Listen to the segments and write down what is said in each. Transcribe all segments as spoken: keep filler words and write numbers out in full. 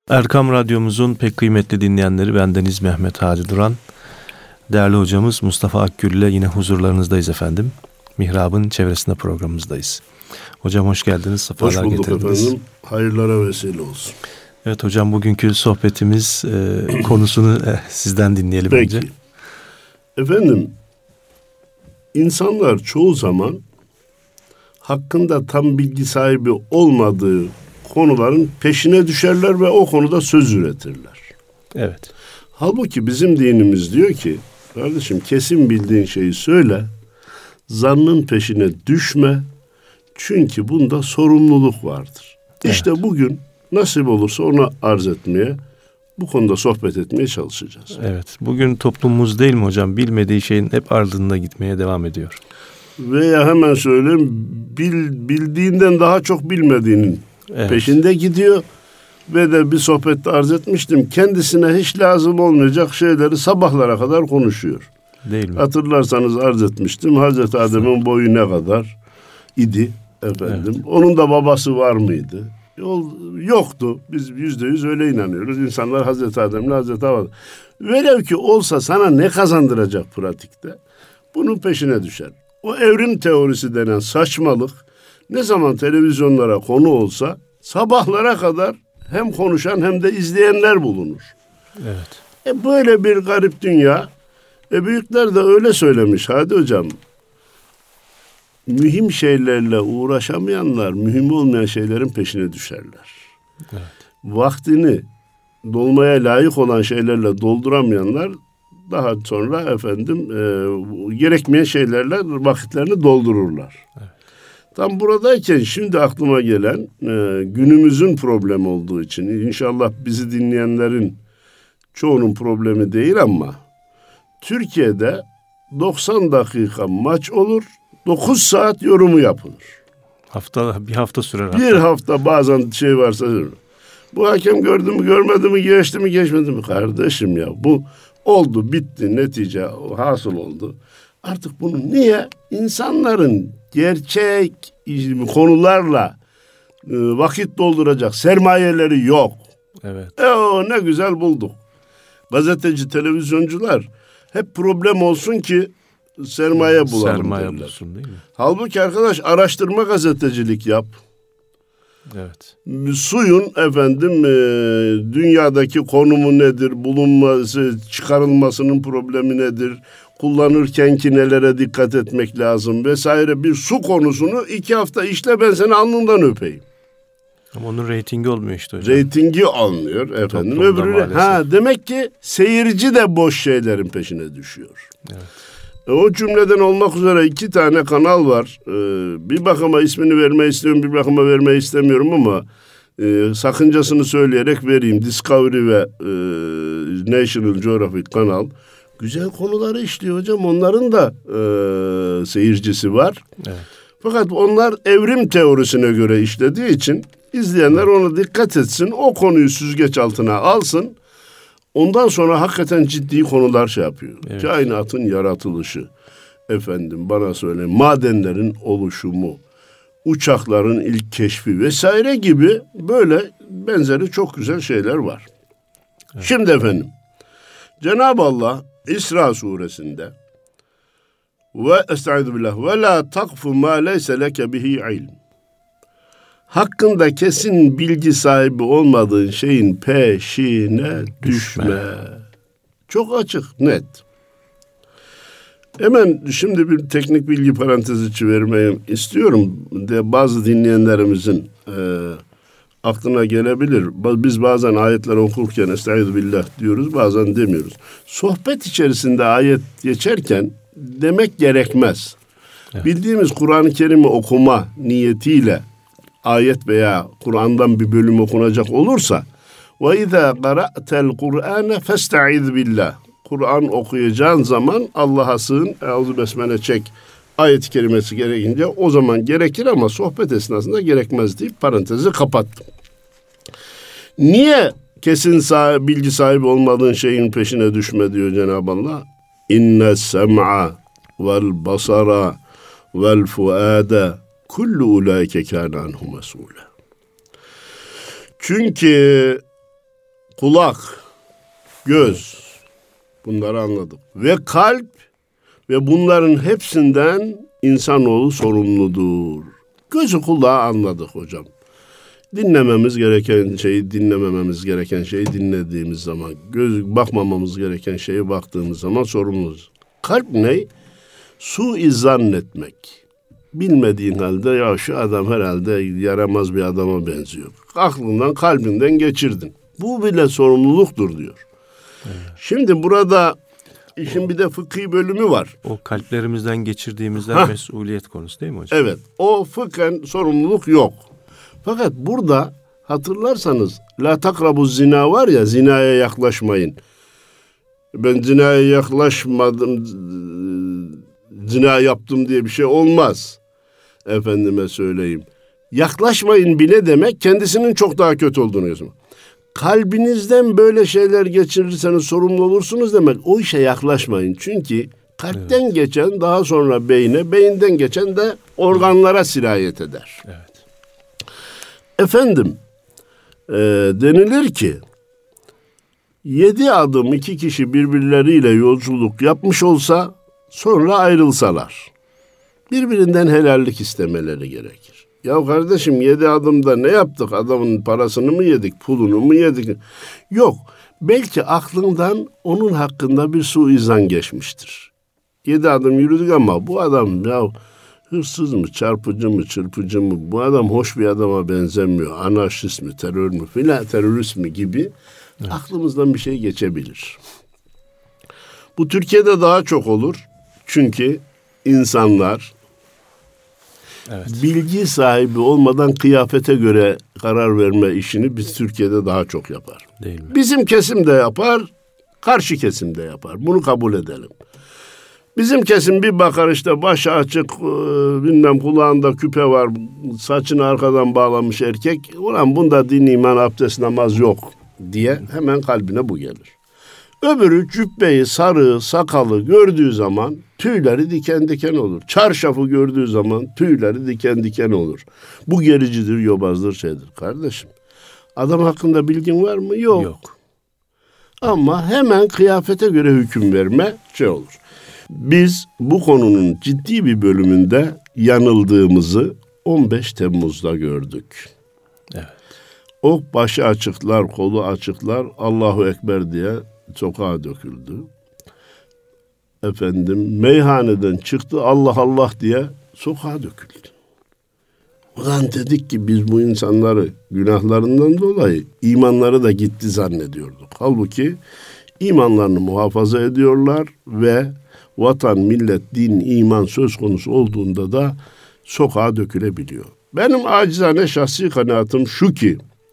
Erkam Radyomuzun pek kıymetli dinleyenleri, bendeniz Mehmet Hadi Duran. Değerli hocamız Mustafa Akgül ile yine huzurlarınızdayız efendim. Mihrab'ın çevresinde programımızdayız. Hocam hoş geldiniz, sefalar getirdiniz. Hoş bulduk getirdiniz. efendim. Hayırlara vesile olsun. Evet hocam, bugünkü sohbetimiz e, konusunu e, sizden dinleyelim Peki. önce. Efendim, insanlar çoğu zaman hakkında tam bilgi sahibi olmadığı konuların peşine düşerler ve o konuda söz üretirler. Evet. Halbuki bizim dinimiz diyor ki, kardeşim kesin bildiğin şeyi söyle, zannın peşine düşme, çünkü bunda sorumluluk vardır. Evet. İşte bugün nasip olursa onu arz etmeye, bu konuda sohbet etmeye çalışacağız. Evet. Bugün toplumumuz değil mi hocam, bilmediği şeyin hep ardında gitmeye devam ediyor. Veya hemen söyleyeyim, bil, bildiğinden daha çok bilmediğinin evet. peşinde gidiyor. Ve de bir sohbette arz etmiştim, kendisine hiç lazım olmayacak şeyleri sabahlara kadar konuşuyor. Değil mi? Hatırlarsanız arz etmiştim, Hazreti Adem'in boyu ne kadar idi efendim. Evet. Onun da babası var mıydı? Yol, yoktu. Biz yüzde yüz öyle inanıyoruz. İnsanlar Hazreti Adem'le Hazreti Havva. Velev ki olsa sana ne kazandıracak pratikte? Bunun peşine düşer. O evrim teorisi denen saçmalık ne zaman televizyonlara konu olsa sabahlara kadar hem konuşan hem de izleyenler bulunur. Evet. E böyle bir garip dünya. E büyükler de öyle söylemiş Hadi hocam. Mühim şeylerle uğraşamayanlar mühim olmayan şeylerin peşine düşerler. Evet. Vaktini dolmaya layık olan şeylerle dolduramayanlar daha sonra efendim e, gerekmeyen şeylerle vakitlerini doldururlar. Evet. Tam buradayken şimdi aklıma gelen e, günümüzün problemi olduğu için, inşallah bizi dinleyenlerin çoğunun problemi değil ama Türkiye'de doksan dakika maç olur, dokuz saat yorumu yapılır. Hafta bir hafta sürer. Bir hafta, hafta bazen şey varsa bu hakem gördü mü görmedi mi, geçti mi geçmedi mi kardeşim ya, bu oldu bitti, netice hasıl oldu. Artık bunu niye insanların gerçek konularla e, vakit dolduracak sermayeleri yok. Evet. E o ne güzel bulduk. Gazeteci, televizyoncular hep problem olsun ki sermaye bulalım sermaye derler. Bulsun, değil mi? Halbuki arkadaş araştırma gazetecilik yap. Evet. Suyun efendim e, dünyadaki konumu nedir, bulunması, çıkarılmasının problemi nedir, kullanırken ki nelere dikkat etmek lazım vesaire, bir su konusunu iki hafta işle, ben seni alnından öpeyim. Ama onun reytingi olmuyor işte hocam. Reytingi almıyor efendim. Öbürü, ha demek ki seyirci de boş şeylerin peşine düşüyor. Evet. E, o cümleden olmak üzere iki tane kanal var. E, bir bakıma ismini vermeyi istiyorum, bir bakıma vermeyi istemiyorum ama e, sakıncasını söyleyerek vereyim. Discovery ve e, National Geographic kanal. Güzel konuları işliyor hocam. Onların da e, seyircisi var. Evet. Fakat onlar evrim teorisine göre işlediği için izleyenler ona dikkat etsin. O konuyu süzgeç altına alsın. Ondan sonra hakikaten ciddi konular şey yapıyor. Evet. Kainatın yaratılışı, efendim bana söyleyin, madenlerin oluşumu, uçakların ilk keşfi vesaire gibi böyle benzeri çok güzel şeyler var. Evet. Şimdi efendim, Cenab-ı Allah İsra suresinde ve estaizu billah ve la takfu ma leyse leke bihi ilm. Hakkında kesin bilgi sahibi olmadığın şeyin peşine düşme. düşme. Çok açık, net. Hemen şimdi bir teknik bilgi parantezi içi vermeyi istiyorum. De bazı dinleyenlerimizin e, aklına gelebilir. Biz bazen ayetler okurken estaizu billah diyoruz, bazen demiyoruz. Sohbet içerisinde ayet geçerken demek gerekmez. Evet. Bildiğimiz Kur'an-ı Kerim'i okuma niyetiyle ayet veya Kur'an'dan bir bölüm okunacak olursa ve izâ qara'tel Kur'âne festaiz billah. Kur'an okuyacağın zaman Allah'a sığın, Euzu besmele çek ayet-i kerimesi gerekince o zaman gerekir ama sohbet esnasında gerekmez deyip parantezi kapattım. Niye kesin sahibi, bilgi sahibi olmadığın şeyin peşine düşme diyor Cenab-ı Allah? İnne sem'a vel basara vel fuade kullu ulaike kâne anhu mesûle. Çünkü kulak, göz, bunları anladık. Ve kalp ve bunların hepsinden insanoğlu sorumludur. Gözü kulağı anladık hocam. Dinlememiz gereken şeyi dinlemememiz gereken şeyi dinlediğimiz zaman, göz bakmamamız gereken şeye baktığımız zaman sorumluyuz. Kalp ne? Su-i zannetmek. Bilmediğin halde ya şu adam herhalde yaramaz bir adama benziyor. Aklından, kalbinden geçirdin. Bu bile sorumluluktur diyor. Evet. Şimdi burada işin o, bir de fıkhi bölümü var. O kalplerimizden geçirdiğimizden Hah. mesuliyet konusu değil mi hocam? Evet. O fıkhen sorumluluk yok. Fakat burada hatırlarsanız la takrabu zina var ya, zinaya yaklaşmayın. Ben zinaya yaklaşmadım, zina yaptım diye bir şey olmaz. Efendime söyleyeyim. Yaklaşmayın bile demek kendisinin çok daha kötü olduğunu gösteriyor. Kalbinizden böyle şeyler geçirirseniz sorumlu olursunuz demek. O işe yaklaşmayın. Çünkü kalpten evet. geçen daha sonra beyne, beyinden geçen de organlara sirayet eder. Evet. Efendim, e, denilir ki yedi adım iki kişi birbirleriyle yolculuk yapmış olsa sonra ayrılsalar birbirinden helallik istemeleri gerekir. Ya kardeşim yedi adımda ne yaptık? Adamın parasını mı yedik, pulunu mu yedik? Yok, belki aklından onun hakkında bir suizan geçmiştir. Yedi adım yürüdük ama bu adam ya hırsız mı, çarpıcı mı, çırpıcı mı? Bu adam hoş bir adama benzemiyor. Anarşist mi, terör mü filan, terörist mi gibi evet. aklımızdan bir şey geçebilir. Bu Türkiye'de daha çok olur. Çünkü insanlar evet. bilgi sahibi olmadan kıyafete göre karar verme işini biz Türkiye'de daha çok yapar. Değil mi? Bizim kesim de yapar, karşı kesim de yapar. Bunu kabul edelim. Bizim kesim bir bakar işte başı açık, bilmem kulağında küpe var, saçını arkadan bağlamış erkek. Ulan bunda din, iman, abdest, namaz yok diye hemen kalbine bu gelir. Öbürü cübbeyi, sarığı, sakalı gördüğü zaman tüyleri diken diken olur. Çarşafı gördüğü zaman tüyleri diken diken olur. Bu gericidir, yobazdır, şeydir. Kardeşim, adam hakkında bilgin var mı? Yok. Yok. Ama hemen kıyafete göre hüküm verme şey olur. Biz bu konunun ciddi bir bölümünde yanıldığımızı on beş Temmuz'da gördük. Evet. O başı açıklar, kolu açıklar, Allahu Ekber diye sokağa döküldü. Efendim meyhaneden çıktı, Allah Allah diye sokağa döküldü. Ulan dedik ki biz bu insanları günahlarından dolayı imanları da gitti zannediyorduk. Halbuki imanlarını muhafaza ediyorlar ve vatan, millet, din, iman söz konusu olduğunda da sokağa dökülebiliyor. Benim acizane şahsi kanaatim şu ki,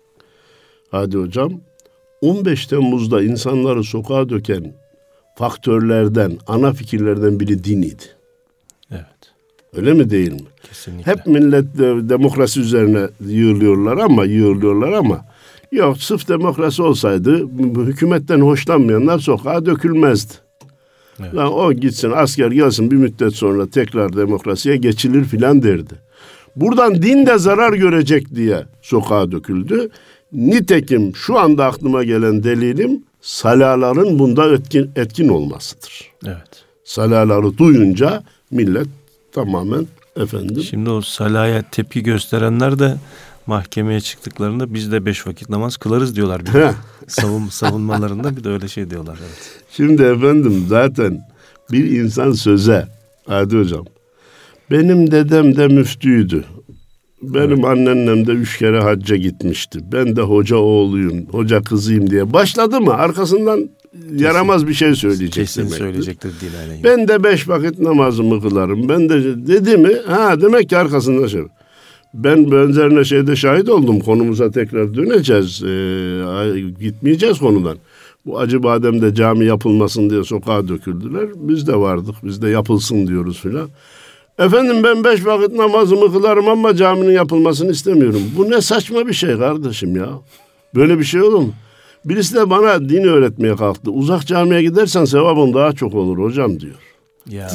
hadi hocam, on beş Temmuz'da insanları sokağa döken faktörlerden, ana fikirlerden biri din idi. Evet. Öyle mi değil mi? Kesinlikle. Hep millet de, demokrasi üzerine yığılıyorlar ama yığılıyorlar ama yok, sırf demokrasi olsaydı hükümetten hoşlanmayanlar sokağa dökülmezdi. Evet. Lan o gitsin, asker gelsin, bir müddet sonra tekrar demokrasiye geçilir filan derdi. Buradan din de zarar görecek diye sokağa döküldü. Nitekim şu anda aklıma gelen delilim salaların bunda etkin, etkin olmasıdır. Evet. Salaları duyunca millet tamamen efendim. Şimdi o salaya tepki gösterenler de mahkemeye çıktıklarında biz de beş vakit namaz kılarız diyorlar. Savun, savunmalarında bir de öyle şey diyorlar. Evet. Şimdi efendim zaten bir insan söze, hadi hocam, benim dedem de müftüydü. Benim evet. anneannem de üç kere hacca gitmişti. Ben de hoca oğluyum, hoca kızıyım diye başladı mı arkasından kesin, yaramaz bir şey söyleyecek kesin demektir. Söyleyecektir din. Ben de beş vakit namazımı kılarım. Ben de dedi mi? Ha demek ki arkasında şey. Ben benzerine şeyde şahit oldum. Konumuza tekrar döneceğiz. Ee, gitmeyeceğiz konudan. Bu Acıbadem'de cami yapılmasın diye sokağa döküldüler. Biz de vardık. Biz de yapılsın diyoruz filan. Efendim ben beş vakit namazımı kılarım ama caminin yapılmasını istemiyorum. Bu ne saçma bir şey kardeşim ya. Böyle bir şey olur mu? Birisi de bana din öğretmeye kalktı. Uzak camiye gidersen sevabın daha çok olur hocam diyor. Ya.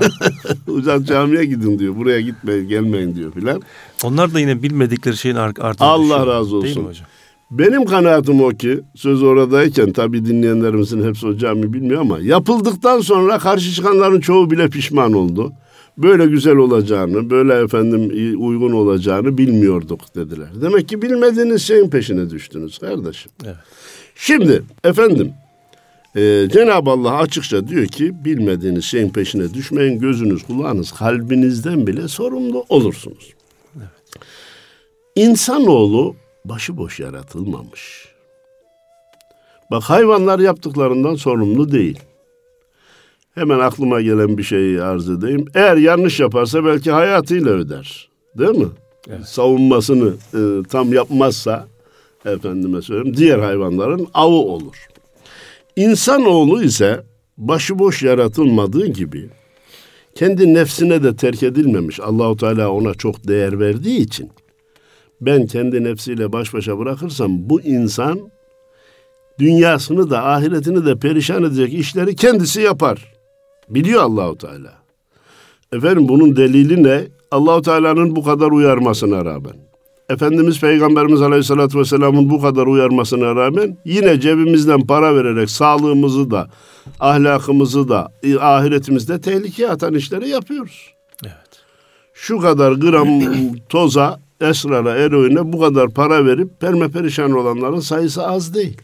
Uzak camiye gidin diyor. Buraya gitmeyin, gelmeyin diyor filan. Onlar da yine bilmedikleri şeyin artık Allah razı olsun. Değil mi hocam? Benim kanaatim o ki, söz oradayken tabii dinleyenlerimizin hepsi o cami bilmiyor ama yapıldıktan sonra karşı çıkanların çoğu bile pişman oldu. Böyle güzel olacağını, böyle efendim uygun olacağını bilmiyorduk dediler. Demek ki bilmediğiniz şeyin peşine düştünüz kardeşim. Evet. Şimdi efendim e, Cenab-ı Allah açıkça diyor ki bilmediğiniz şeyin peşine düşmeyin, gözünüz, kulağınız, kalbinizden bile sorumlu olursunuz. Evet. İnsanoğlu başıboş yaratılmamış. Bak hayvanlar yaptıklarından sorumlu değil. Hemen aklıma gelen bir şeyi arz edeyim. Eğer yanlış yaparsa belki hayatıyla öder. Değil mi? Evet. Savunmasını e, tam yapmazsa efendime söyleyeyim diğer hayvanların avı olur. İnsanoğlu ise başıboş yaratılmadığı gibi kendi nefsine de terk edilmemiş. Allahu Teala ona çok değer verdiği için ben kendi nefsiyle baş başa bırakırsam bu insan dünyasını da ahiretini de perişan edecek işleri kendisi yapar. Biliyor Allahu Teala. Efendim bunun delili ne? Allahu Teala'nın bu kadar uyarmasına rağmen, Efendimiz Peygamberimiz Aleyhisselatü Vesselam'ın bu kadar uyarmasına rağmen yine cebimizden para vererek sağlığımızı da, ahlakımızı da, ahiretimizde tehlikeye atan işleri yapıyoruz. Evet. Şu kadar gram toza, esrara, eroine bu kadar para verip permaperişan olanların sayısı az değil.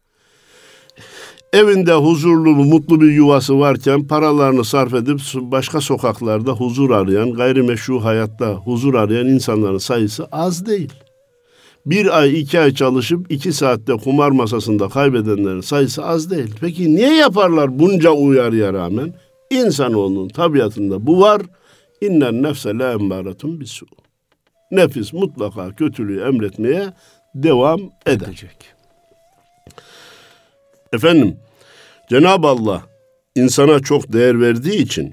Evinde huzurlu, mutlu bir yuvası varken paralarını sarf edip başka sokaklarda huzur arayan, gayrimeşru hayatta huzur arayan insanların sayısı az değil. Bir ay, iki ay çalışıp iki saatte kumar masasında kaybedenlerin sayısı az değil. Peki niye yaparlar bunca uyarıya rağmen? İnsanoğlunun tabiatında bu var. İnnen nefse la emmâretun bisû. Nefis mutlaka kötülüğü emretmeye devam edecek. Efendim, Cenab-ı Allah insana çok değer verdiği için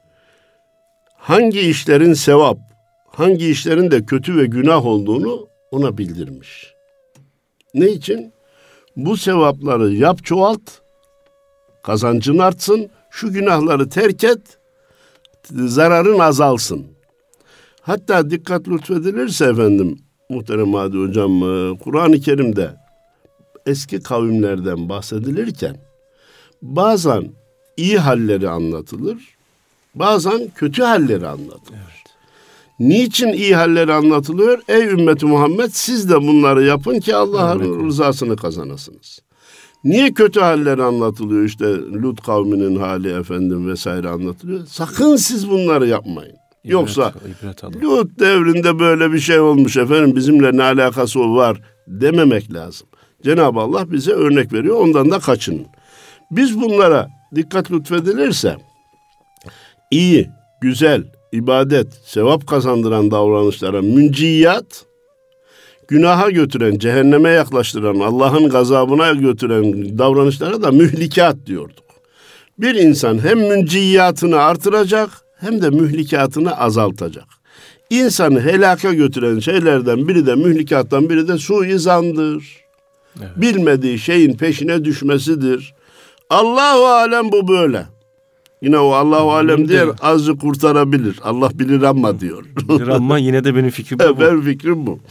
hangi işlerin sevap, hangi işlerin de kötü ve günah olduğunu ona bildirmiş. Ne için? Bu sevapları yap çoğalt, kazancın artsın, şu günahları terk et, zararın azalsın. Hatta dikkat lütfedilirse efendim, muhterem Hadi Hocam, Kur'an-ı Kerim'de eski kavimlerden bahsedilirken bazen iyi halleri anlatılır, bazen kötü halleri anlatılır. Evet. Niçin iyi halleri anlatılıyor? Ey ümmeti Muhammed siz de bunları yapın ki Allah'ın evet. rızasını kazanasınız. Niye kötü halleri anlatılıyor? İşte Lut kavminin hali efendim vesaire anlatılıyor. Sakın siz bunları yapmayın. İbret, Yoksa ibret Lut devrinde böyle bir şey olmuş efendim bizimle ne alakası var dememek lazım. Cenab-ı Allah bize örnek veriyor, ondan da kaçının. Biz bunlara dikkat lütfedilirse iyi, güzel, ibadet, sevap kazandıran davranışlara münciyat, günaha götüren, cehenneme yaklaştıran, Allah'ın gazabına götüren davranışlara da mühlikat diyorduk. Bir insan hem münciyatını artıracak hem de mühlikatını azaltacak. İnsanı helaka götüren şeylerden biri de mühlikattan biri de suizandır. Evet. Bilmediği şeyin peşine düşmesidir. Allahu alem bu böyle. Yine o Allahu alem diye azı kurtarabilir. Allah bilir ama diyor. Bilir ama yine de benim fikrim bu. Evet, benim fikrim bu.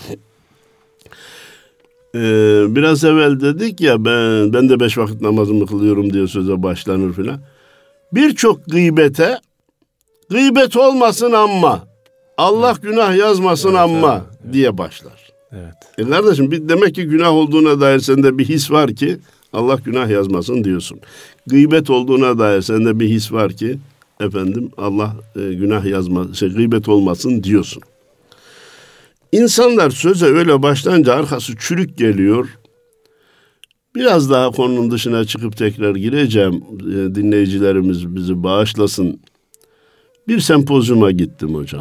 Ee, biraz evvel dedik ya ben ben de beş vakit namazımı kılıyorum diye söze başlanır filan. Birçok gıybete gıybet olmasın ama Allah evet. günah yazmasın evet, ama evet. diye başlar. Evet. E kardeşim bir, demek ki günah olduğuna dair sende bir his var ki Allah günah yazmasın diyorsun. Gıybet olduğuna dair sende bir his var ki efendim Allah e, günah yazma, şey, gıybet olmasın diyorsun. İnsanlar söze öyle başlayınca arkası çürük geliyor. Biraz daha konunun dışına çıkıp tekrar gireceğim. E, dinleyicilerimiz bizi bağışlasın. Bir sempozyuma gittim hocam.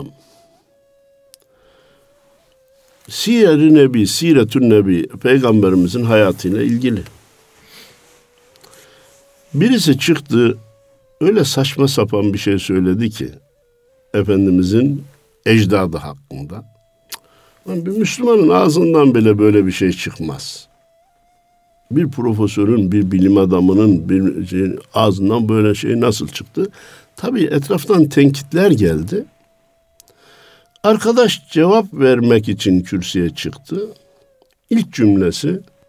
Siyer-i Nebi, Siretün Nebi, Peygamberimizin hayatıyla ilgili. Birisi çıktı, öyle saçma sapan bir şey söyledi ki, Efendimizin ecdadı hakkında. Bir Müslümanın ağzından bile böyle bir şey çıkmaz. Bir profesörün, bir bilim adamının bir şey, ağzından böyle şey nasıl çıktı? Tabii etraftan tenkitler geldi. Arkadaş cevap vermek için kürsüye çıktı. İlk cümlesi,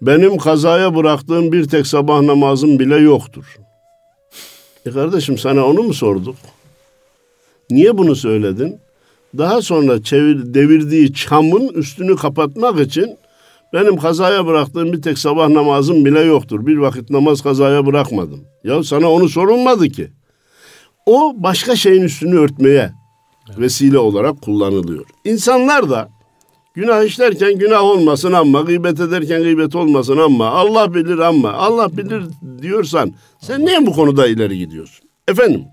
benim kazaya bıraktığım bir tek sabah namazım bile yoktur. E kardeşim, sana onu mu sorduk? Niye bunu söyledin? Daha sonra çevir, devirdiği çamın üstünü kapatmak için benim kazaya bıraktığım bir tek sabah namazım bile yoktur. Bir vakit namaz kazaya bırakmadım. Ya sana onu sorulmadı ki. O başka şeyin üstünü örtmeye vesile olarak kullanılıyor. İnsanlar da günah işlerken günah olmasın ama, gıybet ederken gıybet olmasın ama, Allah bilir ama, Allah bilir diyorsan sen niye bu konuda ileri gidiyorsun? Efendim,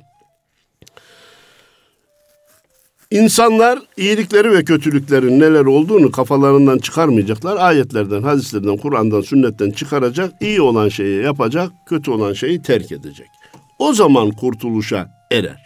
İnsanlar iyilikleri ve kötülüklerin neler olduğunu kafalarından çıkarmayacaklar. Ayetlerden, hadislerden, Kur'an'dan, sünnetten çıkaracak, iyi olan şeyi yapacak, kötü olan şeyi terk edecek. O zaman kurtuluşa erer.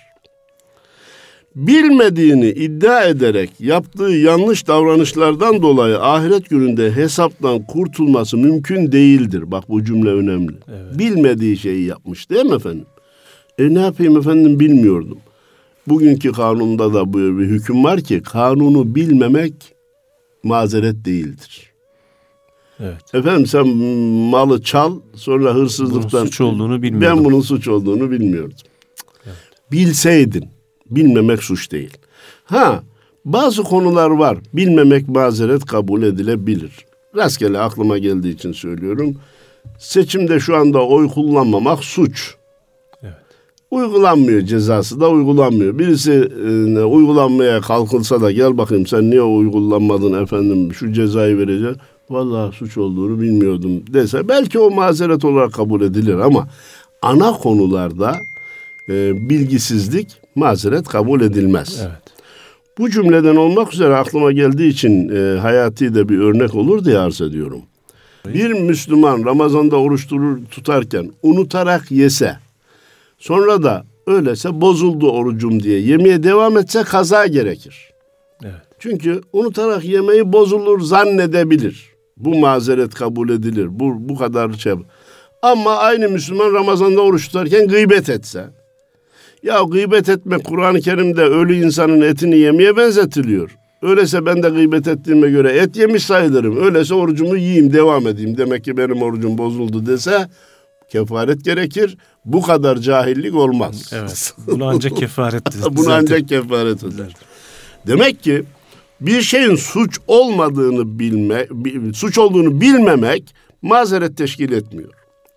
Bilmediğini iddia ederek yaptığı yanlış davranışlardan dolayı ahiret gününde hesaptan kurtulması mümkün değildir. Bak, bu cümle önemli. Evet. Bilmediği şeyi yapmış, değil mi efendim? E ne yapayım efendim, bilmiyordum. Bugünkü kanunda da böyle bir hüküm var ki kanunu bilmemek mazeret değildir. Evet. Efendim, sen malı çal, sonra hırsızlıktan... Bunun suç olduğunu bilmiyordum. Ben bunun suç olduğunu bilmiyordum. Evet. Bilseydin, bilmemek suç değil. Ha, bazı konular var, bilmemek mazeret kabul edilebilir. Rastgele aklıma geldiği için söylüyorum. Seçimde şu anda oy kullanmamak suç. Uygulanmıyor, cezası da uygulanmıyor. Birisi e, uygulanmaya kalkılsa da gel bakayım sen niye uygulanmadın efendim, şu cezayı vereceğim. Vallahi suç olduğunu bilmiyordum dese belki o mazeret olarak kabul edilir ama ana konularda e, bilgisizlik mazeret kabul edilmez. Evet. Bu cümleden olmak üzere aklıma geldiği için e, hayati de bir örnek olur diye arz ediyorum. Bir Müslüman Ramazan'da oruç tutarken unutarak yese, sonra da öylese bozuldu orucum diye yemeye devam etse kaza gerekir. Evet. Çünkü unutarak yemeği bozulur zannedebilir. Bu mazeret kabul edilir. Bu, bu kadar şey. Ama aynı Müslüman Ramazan'da oruç tutarken gıybet etse. Ya gıybet etmek Kur'an-ı Kerim'de ölü insanın etini yemeye benzetiliyor. Öyleyse ben de gıybet ettiğime göre et yemiş sayılırım. Öyleyse orucumu yiyeyim, devam edeyim. Demek ki benim orucum bozuldu dese kefaret gerekir. Bu kadar cahillik olmaz. Evet. Bunu ancak kefaret Bunu ancak kefaret eder. Demek ki bir şeyin suç olmadığını bilme, suç olduğunu bilmemek mazeret teşkil etmiyor.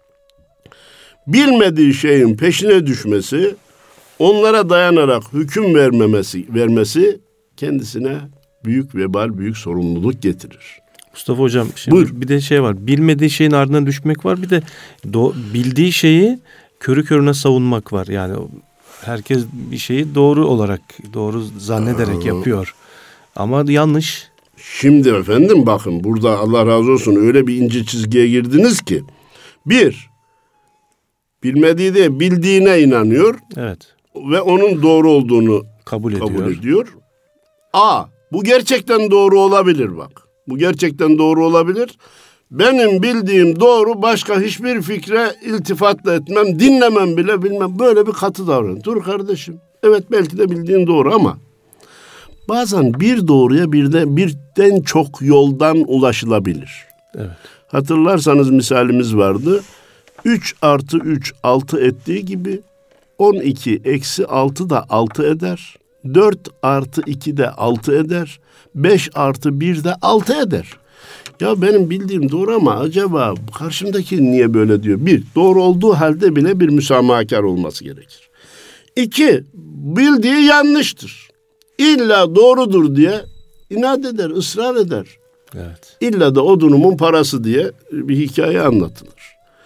Bilmediği şeyin peşine düşmesi, onlara dayanarak hüküm vermemesi, vermesi kendisine büyük vebal, büyük sorumluluk getirir. Mustafa Hocam, şimdi Buyur. bir de şey var. Bilmediği şeyin ardından düşmek var. Bir de do- bildiği şeyi körü körüne savunmak var. Yani herkes bir şeyi doğru olarak, doğru zannederek Aa. yapıyor. Ama yanlış. Şimdi efendim bakın, burada Allah razı olsun öyle bir ince çizgiye girdiniz ki. Bir, bilmediği de bildiğine inanıyor. Evet. Ve onun doğru olduğunu kabul ediyor. Kabul ediyor. A, bu gerçekten doğru olabilir bak. Bu gerçekten doğru olabilir. Benim bildiğim doğru, başka hiçbir fikre iltifat da etmem, dinlemem bile, bilmem. Böyle bir katı davran. Dur kardeşim. Evet, belki de bildiğin doğru ama bazen bir doğruya birden, birden çok yoldan ulaşılabilir. Evet. Hatırlarsanız misalimiz vardı. üç artı üç altı ettiği gibi on iki eksi altı da altı eder. dört artı iki de altı eder. beş artı bir de altı eder. Ya benim bildiğim doğru ama acaba karşımdaki niye böyle diyor? Bir, doğru olduğu halde bile bir müsamahakar olması gerekir. İki, bildiği yanlıştır. İlla doğrudur diye inat eder, ısrar eder. Evet. İlla da odunumun parası diye bir hikaye anlatılır.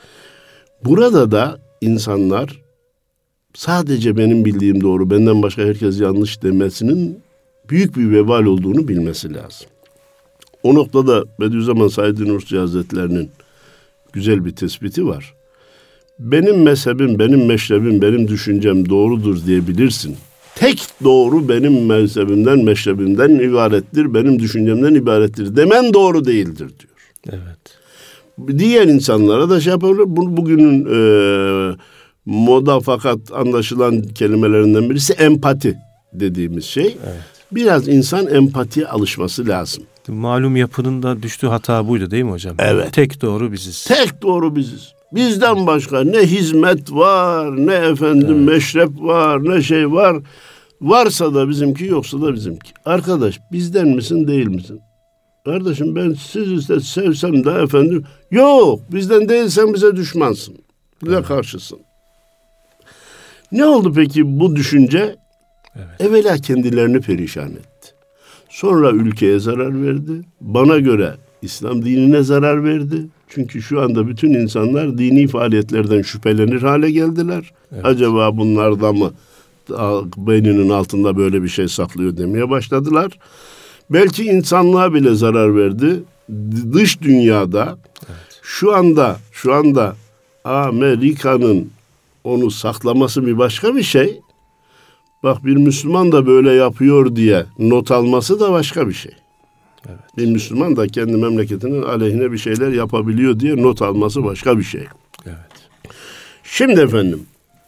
Burada da insanlar sadece benim bildiğim doğru, benden başka herkes yanlış demesinin büyük bir vebal olduğunu bilmesi lazım. O noktada Bediüzzaman Said Nursi Hazretleri'nin güzel bir tespiti var. Benim mezhebim, benim meşrebim, benim düşüncem doğrudur diyebilirsin. Tek doğru benim mezhebimden, meşrebimden ibarettir, benim düşüncemden ibarettir demen doğru değildir diyor. Evet. Diğer insanlara da şey yapabilir. Bu, bugünün e, moda fakat anlaşılan kelimelerinden birisi empati dediğimiz şey. Evet. Biraz insan empatiye alışması lazım. Malum yapının da düştüğü hata buydu değil mi hocam? Evet. Tek doğru biziz. Tek doğru biziz. Bizden başka ne hizmet var, ne efendim evet. meşrep var, ne şey var. Varsa da bizimki, yoksa da bizimki. Arkadaş, bizden misin, değil misin? Kardeşim, ben sizi de sevsem de efendim, yok, bizden değilsen bize düşmansın. Bize evet. karşısın. Ne oldu peki bu düşünce? Evet. Evvela kendilerini perişan etti. Sonra ülkeye zarar verdi. Bana göre İslam dinine zarar verdi. Çünkü şu anda bütün insanlar dini faaliyetlerden şüphelenir hale geldiler. Evet. Acaba bunlardan mı beyninin altında böyle bir şey saklıyor demeye başladılar. Belki insanlığa bile zarar verdi. Dış dünyada evet. şu anda şu anda Amerika'nın onu saklaması bir başka bir şey. Bak, bir Müslüman da böyle yapıyor diye not alması da başka bir şey. Evet. Bir Müslüman da kendi memleketinin aleyhine bir şeyler yapabiliyor diye not alması başka bir şey. Evet. Şimdi efendim,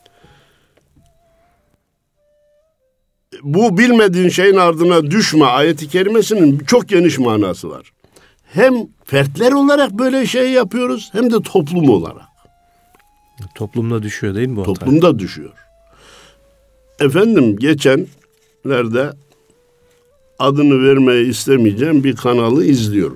bu bilmediğin şeyin ardına düşme ayeti kerimesinin çok geniş manası var. Hem fertler olarak böyle şey yapıyoruz, hem de toplum olarak. Toplumda düşüyor değil mi bu hata? Toplumda düşüyor. Efendim, geçenlerde adını vermeyi istemeyeceğim bir kanalı izliyorum.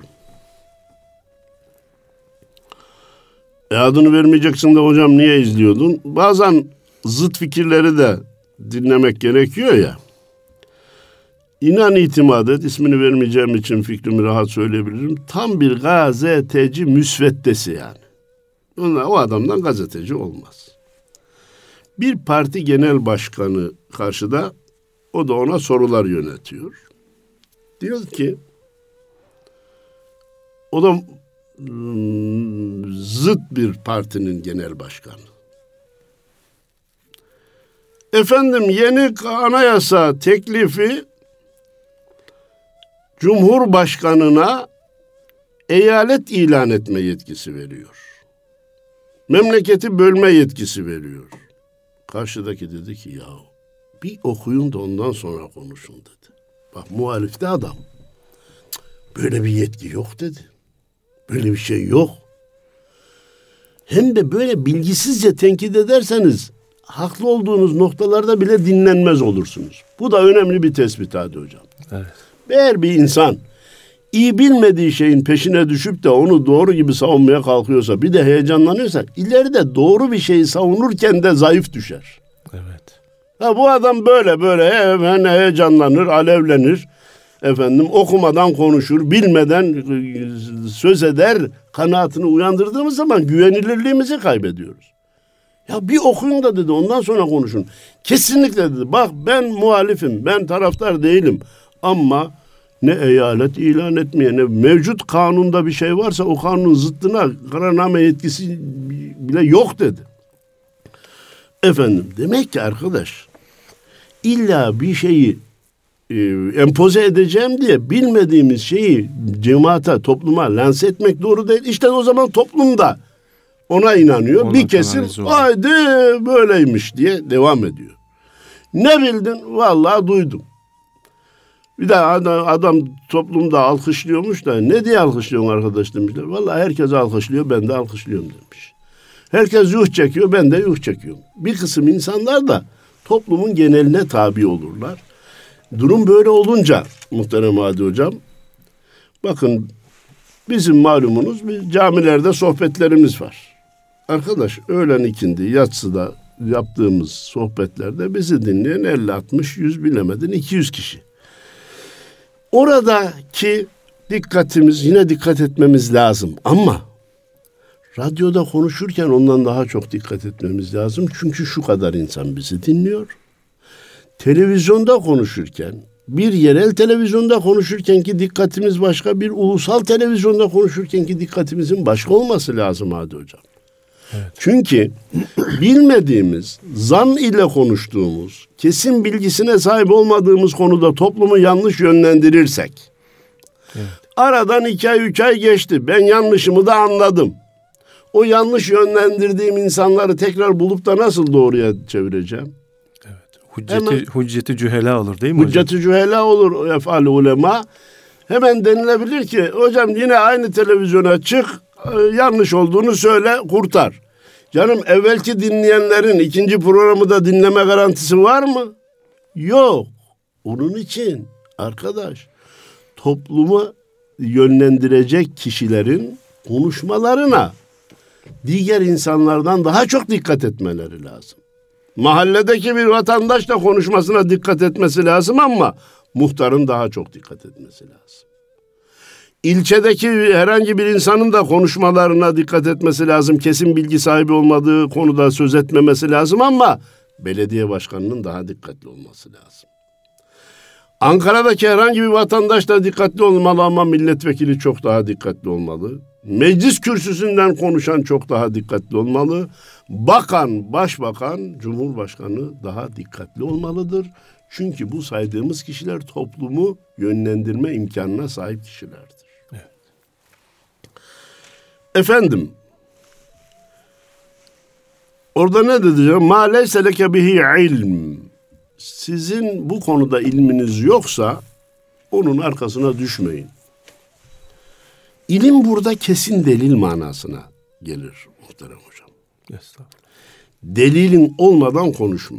E adını vermeyeceksin de hocam niye izliyordun? Bazen zıt fikirleri de dinlemek gerekiyor ya. İnan itimat et, ismini vermeyeceğim için fikrimi rahat söyleyebilirim. Tam bir gazeteci müsveddesi yani. Onlar, o adamdan gazeteci olmaz. Bir parti genel başkanı karşıda, o da ona sorular yönetiyor. Diyor ki, o da ım, zıt bir partinin genel başkanı. Efendim, yeni anayasa teklifi Cumhurbaşkanına eyalet ilan etme yetkisi veriyor. Memleketi bölme yetkisi veriyor. Karşıdaki dedi ki, ya bir okuyun da ondan sonra konuşun dedi. Bak, muhalifte adam. Böyle bir yetki yok dedi. Böyle bir şey yok. Hem de böyle bilgisizce tenkit ederseniz haklı olduğunuz noktalarda bile dinlenmez olursunuz. Bu da önemli bir tespit hadi hocam. Evet. Eğer bir insan iyi bilmediği şeyin peşine düşüp de onu doğru gibi savunmaya kalkıyorsa, bir de heyecanlanıyorsa, ileride doğru bir şeyi savunurken de zayıf düşer. Evet. Ha, bu adam böyle böyle hemen heyecanlanır, alevlenir. Efendim, okumadan konuşur, bilmeden söz eder, kanaatini uyandırdığımız zaman güvenilirliğimizi kaybediyoruz. Ya bir okuyun da dedi, ondan sonra konuşun. Kesinlikle dedi, bak ben muhalifim, ben taraftar değilim. Ama ne eyalet ilan etmeye, ne mevcut kanunda bir şey varsa o kanunun zıttına kararname yetkisi bile yok dedi. Efendim, demek ki arkadaş, illa bir şeyi e, empoze edeceğim diye bilmediğimiz şeyi cemaate, topluma lanse etmek doğru değil. İşte o zaman toplumda ona inanıyor. Ona bir kesim haydi böyleymiş diye devam ediyor. Ne bildin? Vallahi duydum. Bir de adam, adam toplumda alkışlıyormuş da, ne diye alkışlıyorsun arkadaş demişler. Vallahi herkes alkışlıyor, ben de alkışlıyorum demiş. Herkes yuh çekiyor, ben de yuh çekiyorum. Bir kısım insanlar da toplumun geneline tabi olurlar. Durum böyle olunca muhterem Hadi hocam, bakın bizim malumunuz bir camilerde sohbetlerimiz var. Arkadaş, öğlen ikindi, yatsıda yaptığımız sohbetlerde bizi dinleyen elli altmış yüz bilemedin iki yüz kişi. Oradaki dikkatimiz, yine dikkat etmemiz lazım ama radyoda konuşurken ondan daha çok dikkat etmemiz lazım. Çünkü şu kadar insan bizi dinliyor. Televizyonda konuşurken, bir yerel televizyonda konuşurken ki dikkatimiz başka, bir ulusal televizyonda konuşurken ki dikkatimizin başka olması lazım Hadi hocam. Evet. Çünkü bilmediğimiz, zan ile konuştuğumuz, kesin bilgisine sahip olmadığımız konuda toplumu yanlış yönlendirirsek, evet. Aradan iki ay, üç ay geçti. Ben yanlışımı da anladım. O yanlış yönlendirdiğim insanları tekrar bulup da nasıl doğruya çevireceğim? Evet. Hücceti, hücceti cühela olur değil mi hücceti hocam? Hücceti cühela olur efal ulema. Hemen denilebilir ki hocam yine aynı televizyona çık, yanlış olduğunu söyle, kurtar. Canım evvelki dinleyenlerin ikinci programı da dinleme garantisi var mı? Yok. Onun için arkadaş toplumu yönlendirecek kişilerin konuşmalarına diğer insanlardan daha çok dikkat etmeleri lazım. Mahalledeki bir vatandaş da konuşmasına dikkat etmesi lazım ama muhtarın daha çok dikkat etmesi lazım. İlçedeki herhangi bir insanın da konuşmalarına dikkat etmesi lazım. Kesin bilgi sahibi olmadığı konuda söz etmemesi lazım ama belediye başkanının daha dikkatli olması lazım. Ankara'daki herhangi bir vatandaş da dikkatli olmalı ama milletvekili çok daha dikkatli olmalı. Meclis kürsüsünden konuşan çok daha dikkatli olmalı. Bakan, başbakan, cumhurbaşkanı daha dikkatli olmalıdır. Çünkü bu saydığımız kişiler toplumu yönlendirme imkanına sahip kişilerdir. Evet. Efendim, orada ne diyeceğim? Ma leyse leke bihi ilm. Sizin bu konuda ilminiz yoksa onun arkasına düşmeyin. İlim burada kesin delil manasına gelir muhterem hocam. Delilin olmadan konuşma.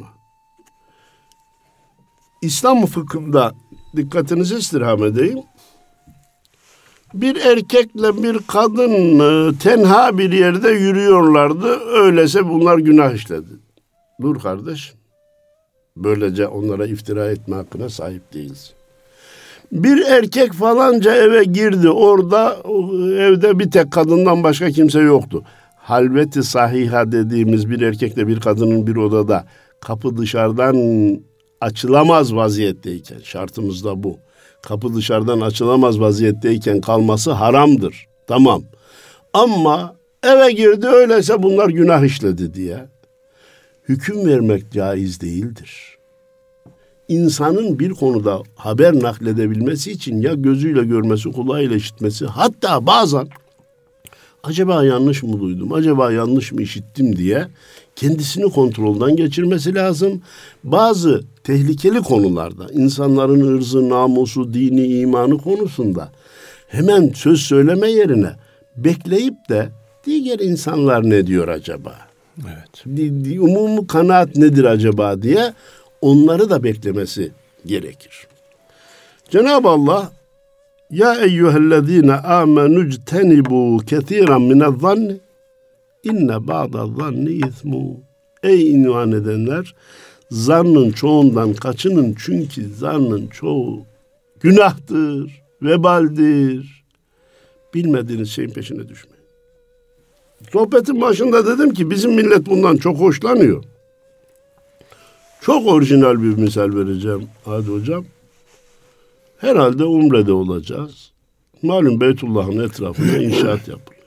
İslam fıkhında dikkatinizi istirham edeyim. Bir erkekle bir kadın tenha bir yerde yürüyorlardı. Öyleyse bunlar günah işledi. Dur kardeş. Böylece onlara iftira etme hakkına sahip değilsin. Bir erkek falanca eve girdi. Orada evde bir tek kadından başka kimse yoktu. Halveti sahiha dediğimiz bir erkekle bir kadının bir odada kapı dışarıdan açılamaz vaziyetteyken, şartımız da bu. Kapı dışarıdan açılamaz vaziyetteyken kalması haramdır. Tamam. Ama eve girdi öyleyse bunlar günah işledi diye hüküm vermek caiz değildir. İnsanın bir konuda haber nakledebilmesi için ya gözüyle görmesi, kulağıyla işitmesi, hatta bazen acaba yanlış mı duydum, acaba yanlış mı işittim diye kendisini kontrolden geçirmesi lazım. Bazı tehlikeli konularda, insanların ırzı, namusu, dini, imanı konusunda hemen söz söyleme yerine bekleyip de diğer insanlar ne diyor acaba? Evet. Umumu kanaat nedir acaba diye onları da beklemesi gerekir. Cenab-ı Allah ya eyyühellezine amenu ctenibu kethiren minezzanni inne ba'da'zzanni ismu. Ey iman edenler, zannın çoğundan kaçının çünkü zannın çoğu günahtır, vebaldir. Bilmediğiniz şeyin peşine düşmeyin. Sohbetin başında dedim ki bizim millet bundan çok hoşlanıyor. Çok orijinal bir misal vereceğim hadi hocam. Herhalde Umre'de olacağız. Malum Beytullah'ın etrafında inşaat yapılıyor.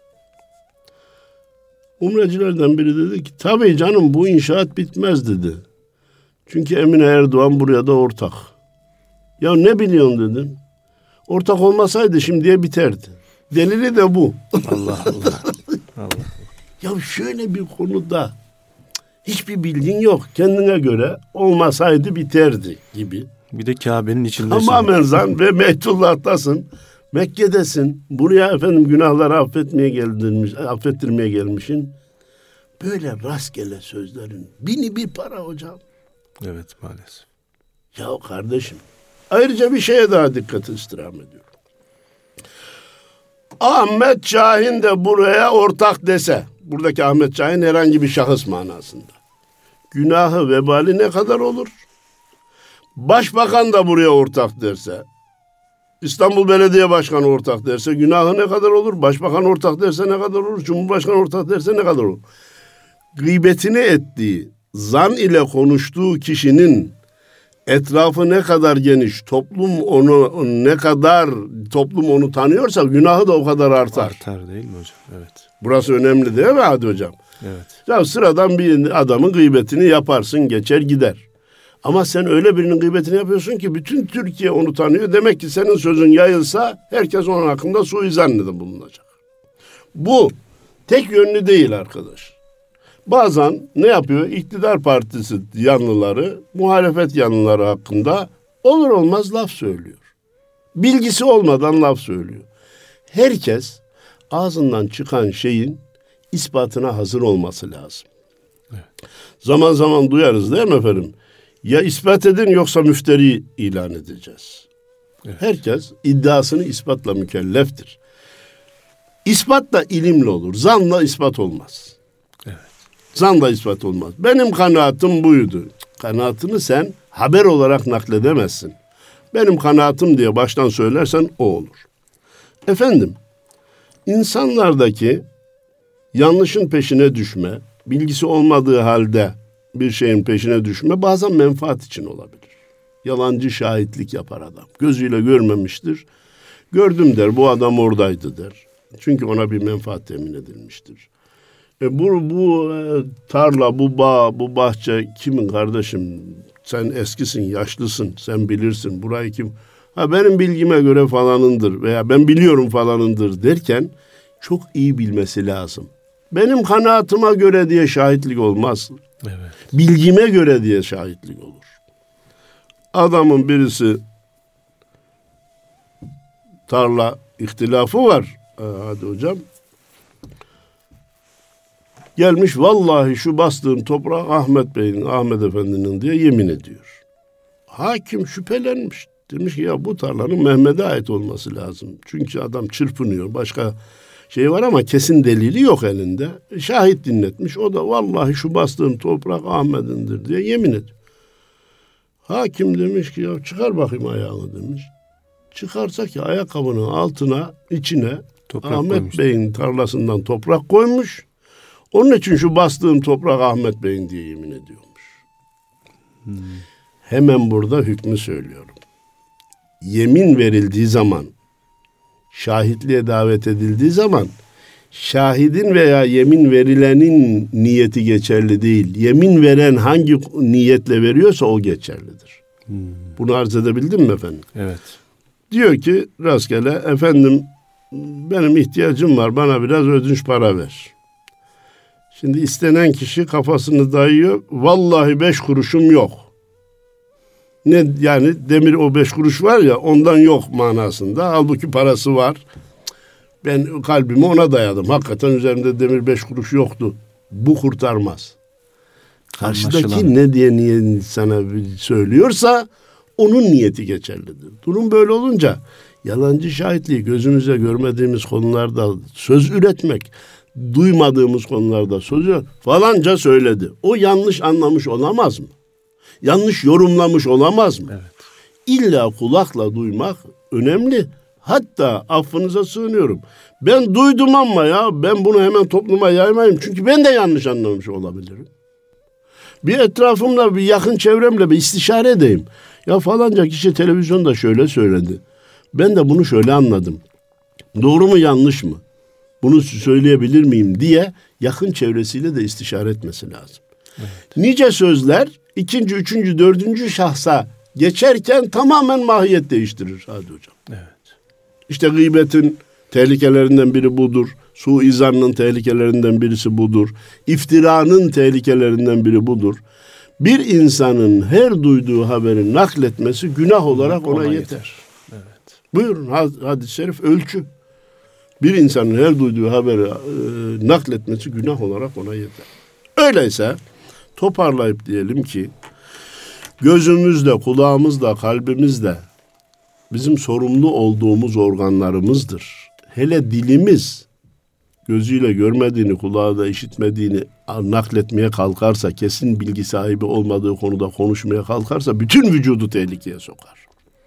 Umrecilerden biri dedi ki tabii canım bu inşaat bitmez dedi. Çünkü Emine Erdoğan buraya da ortak. Ya ne biliyorsun dedim. Ortak olmasaydı şimdiye biterdi. Delili de bu. Allah Allah. Allah. Ya şöyle bir konuda hiçbir bilgin yok. Kendine göre olmasaydı biterdi gibi. Bir de Kabe'nin içindesin. Tamamen zan ve Beytullah'tasın. Mekke'desin. Buraya efendim günahları affetmeye gelmiş, affettirmeye gelmişsin. Böyle rastgele sözlerin bini bir para hocam. Evet maalesef. Ya kardeşim. Ayrıca bir şeye daha dikkat istirham ediyorum. Ahmet Şahin de buraya ortak dese, buradaki Ahmet Şahin herhangi bir şahıs manasında. Günahı, vebali ne kadar olur? Başbakan da buraya ortak derse, İstanbul Belediye Başkanı ortak derse günahı ne kadar olur? Başbakan ortak derse ne kadar olur? Cumhurbaşkanı ortak derse ne kadar olur? Gıybetini ettiği, zan ile konuştuğu kişinin etrafı ne kadar geniş, toplum onu ne kadar, toplum onu tanıyorsa günahı da o kadar artar. Artar değil mi hocam? Evet. Burası önemli değil mi hadi hocam? Evet. Ya sıradan bir adamın gıybetini yaparsın, geçer gider. Ama sen öyle birinin gıybetini yapıyorsun ki bütün Türkiye onu tanıyor. Demek ki senin sözün yayılsa herkes onun hakkında suizanlıda bulunacak. Bu tek yönlü değil arkadaş. Bazen ne yapıyor? İktidar partisi yanlıları, muhalefet yanlıları hakkında olur olmaz laf söylüyor. Bilgisi olmadan laf söylüyor. Herkes ağzından çıkan şeyin ispatına hazır olması lazım. Evet. Zaman zaman duyarız değil mi efendim? Ya ispat edin yoksa müfteri ilan edeceğiz. Evet. Herkes iddiasını ispatla mükelleftir. İspat da ilimle olur. Zanla ispat olmaz. Evet. Zanla ispat olmaz. Benim kanaatim buydu. Kanaatını sen haber olarak nakledemezsin. Benim kanaatim diye baştan söylersen o olur. Efendim, insanlardaki yanlışın peşine düşme, bilgisi olmadığı halde bir şeyin peşine düşme bazen menfaat için olabilir. Yalancı şahitlik yapar adam. Gözüyle görmemiştir. Gördüm der, bu adam oradaydı der. Çünkü ona bir menfaat temin edilmiştir. E bu, bu e, tarla, bu bağ, bu bahçe kimin kardeşim? Sen eskisin, yaşlısın, sen bilirsin. Burayı kim? Ha benim bilgime göre falanındır veya ben biliyorum falanındır derken çok iyi bilmesi lazım. Benim kanaatıma göre diye şahitlik olmaz. Evet. Bilgime göre diye şahitlik olur. Adamın birisi tarla ihtilafı var. Ee, hadi hocam. Gelmiş vallahi şu bastığım toprak Ahmet Bey'in, Ahmet Efendi'nin diye yemin ediyor. Hakim şüphelenmiş. Demiş ki ya bu tarlanın Mehmet'e ait olması lazım. Çünkü adam çırpınıyor. Başka şey var ama kesin delili yok elinde. Şahit dinletmiş. O da vallahi şu bastığım toprak Ahmet'indir diye yemin ediyor. Hakim demiş ki ya çıkar bakayım ayağını demiş. Çıkarsa ki ayakkabının altına, içine toprak Ahmet koymuş. Bey'in tarlasından toprak koymuş. Onun için şu bastığım toprak Ahmet Bey'in diye yemin ediyormuş. Hmm. Hemen burada hükmü söylüyorum. Yemin verildiği zaman, şahitliğe davet edildiği zaman, şahidin veya yemin verilenin niyeti geçerli değil. Yemin veren hangi niyetle veriyorsa o geçerlidir. Hmm. Bunu arz edebildim mi efendim? Evet. Diyor ki rastgele efendim benim ihtiyacım var, bana biraz ödünç para ver. Şimdi istenen kişi kafasını dayıyor. Vallahi beş kuruşum yok. Ne yani demir o beş kuruş var ya ondan yok manasında. Halbuki parası var. Ben kalbimi ona dayadım. Hakikaten üzerimde demir beş kuruş yoktu. Bu kurtarmaz. Karşıdaki Anlaşılan. ne diye niye sana söylüyorsa onun niyeti geçerlidir. Durum böyle olunca yalancı şahitliği gözümüze görmediğimiz konularda söz üretmek, duymadığımız konularda söz üretmek falanca söyledi. O yanlış anlamış olamaz mı? Yanlış yorumlamış olamaz mı? Evet. İlla kulakla duymak önemli. Hatta affınıza sığınıyorum. Ben duydum ama ya ben bunu hemen topluma yaymayayım. Çünkü ben de yanlış anlamış olabilirim. Bir etrafımla, bir yakın çevremle bir istişare edeyim. Ya falanca kişi televizyonda şöyle söyledi. Ben de bunu şöyle anladım. Doğru mu yanlış mı? Bunu söyleyebilir miyim diye yakın çevresiyle de istişare etmesi lazım. Evet. Nice sözler ikinci, üçüncü, dördüncü şahsa geçerken tamamen mahiyet değiştirir. Hadi hocam. Evet. İşte gıybetin tehlikelerinden biri budur. Suizanın tehlikelerinden birisi budur. İftiranın tehlikelerinden biri budur. Bir insanın her duyduğu haberi nakletmesi günah olarak ona, ona yeter. yeter. Evet. Buyurun hadis-i şerif ölçü. Bir insanın her duyduğu haberi e, nakletmesi günah olarak ona yeter. Öyleyse toparlayıp diyelim ki gözümüzde, kulağımızda, kalbimizde bizim sorumlu olduğumuz organlarımızdır. Hele dilimiz gözüyle görmediğini, kulağı da işitmediğini nakletmeye kalkarsa, kesin bilgi sahibi olmadığı konuda konuşmaya kalkarsa bütün vücudu tehlikeye sokar.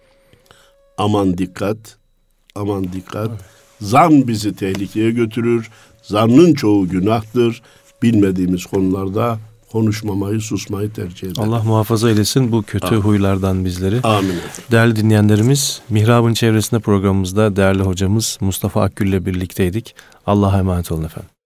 Aman dikkat, aman dikkat. Evet. Zan bizi tehlikeye götürür. Zannın çoğu günahtır. Bilmediğimiz konularda konuşmamayı, susmayı tercih eder. Allah muhafaza eylesin bu kötü Amin. huylardan bizleri. Amin. Değerli dinleyenlerimiz, Mihrab'ın çevresinde programımızda değerli hocamız Mustafa Akgül ile birlikteydik. Allah'a emanet olun efendim.